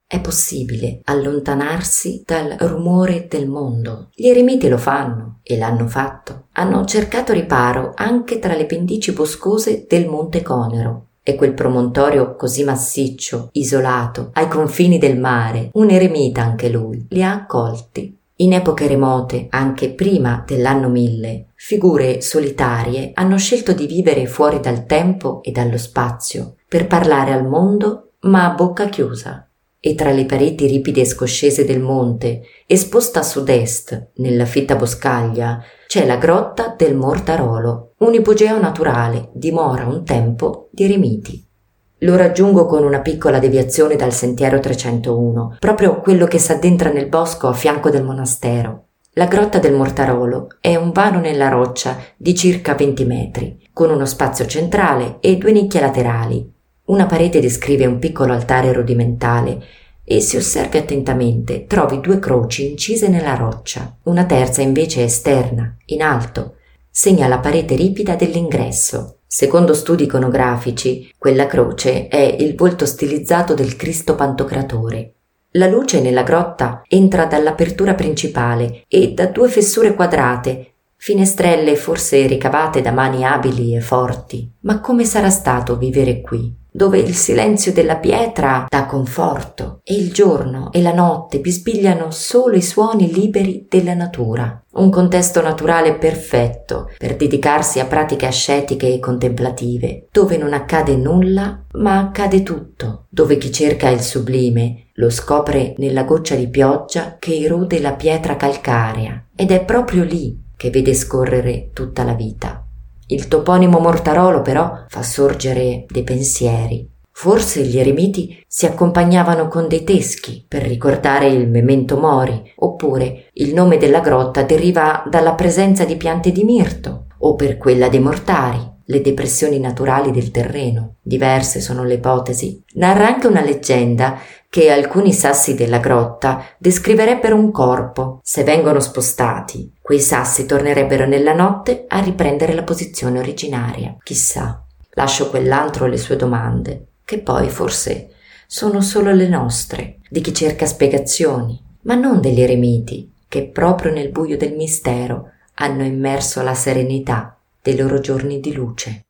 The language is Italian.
È possibile allontanarsi dal rumore del mondo. Gli eremiti lo fanno e l'hanno fatto. Hanno cercato riparo anche tra le pendici boscose del Monte Conero. E quel promontorio così massiccio, isolato, ai confini del mare, un eremita anche lui, li ha accolti. In epoche remote, anche prima dell'anno 1000, figure solitarie hanno scelto di vivere fuori dal tempo e dallo spazio, per parlare al mondo ma a bocca chiusa. E tra le pareti ripide e scoscese del monte, esposta a sud-est, nella fitta boscaglia, c'è la grotta del Mortarolo, un ipogeo naturale, dimora un tempo di eremiti. Lo raggiungo con una piccola deviazione dal sentiero 301, proprio quello che s'addentra nel bosco a fianco del monastero. La grotta del Mortarolo è un vano nella roccia di circa 20 metri, con uno spazio centrale e 2 nicchie laterali. Una parete descrive un piccolo altare rudimentale e, se osservi attentamente, trovi 2 croci incise nella roccia. Una terza invece è esterna, in alto, segna la parete ripida dell'ingresso. Secondo studi iconografici, quella croce è il volto stilizzato del Cristo Pantocratore. La luce nella grotta entra dall'apertura principale e da 2 fessure quadrate, finestrelle forse ricavate da mani abili e forti. Ma come sarà stato vivere qui, dove il silenzio della pietra dà conforto e il giorno e la notte bisbigliano solo i suoni liberi della natura? Un contesto naturale perfetto per dedicarsi a pratiche ascetiche e contemplative, dove non accade nulla ma accade tutto, dove chi cerca il sublime lo scopre nella goccia di pioggia che erode la pietra calcarea, ed è proprio lì che vede scorrere tutta la vita. Il toponimo Mortarolo però fa sorgere dei pensieri. Forse gli eremiti si accompagnavano con dei teschi per ricordare il memento mori, oppure il nome della grotta deriva dalla presenza di piante di mirto, o per quella dei mortari, le depressioni naturali del terreno. Diverse sono le ipotesi. Narra anche una leggenda che alcuni sassi della grotta descriverebbero un corpo. Se vengono spostati, quei sassi tornerebbero nella notte a riprendere la posizione originaria. Chissà, lascio quell'altro le sue domande, che poi forse sono solo le nostre, di chi cerca spiegazioni, ma non degli eremiti, che proprio nel buio del mistero hanno immerso la serenità dei loro giorni di luce.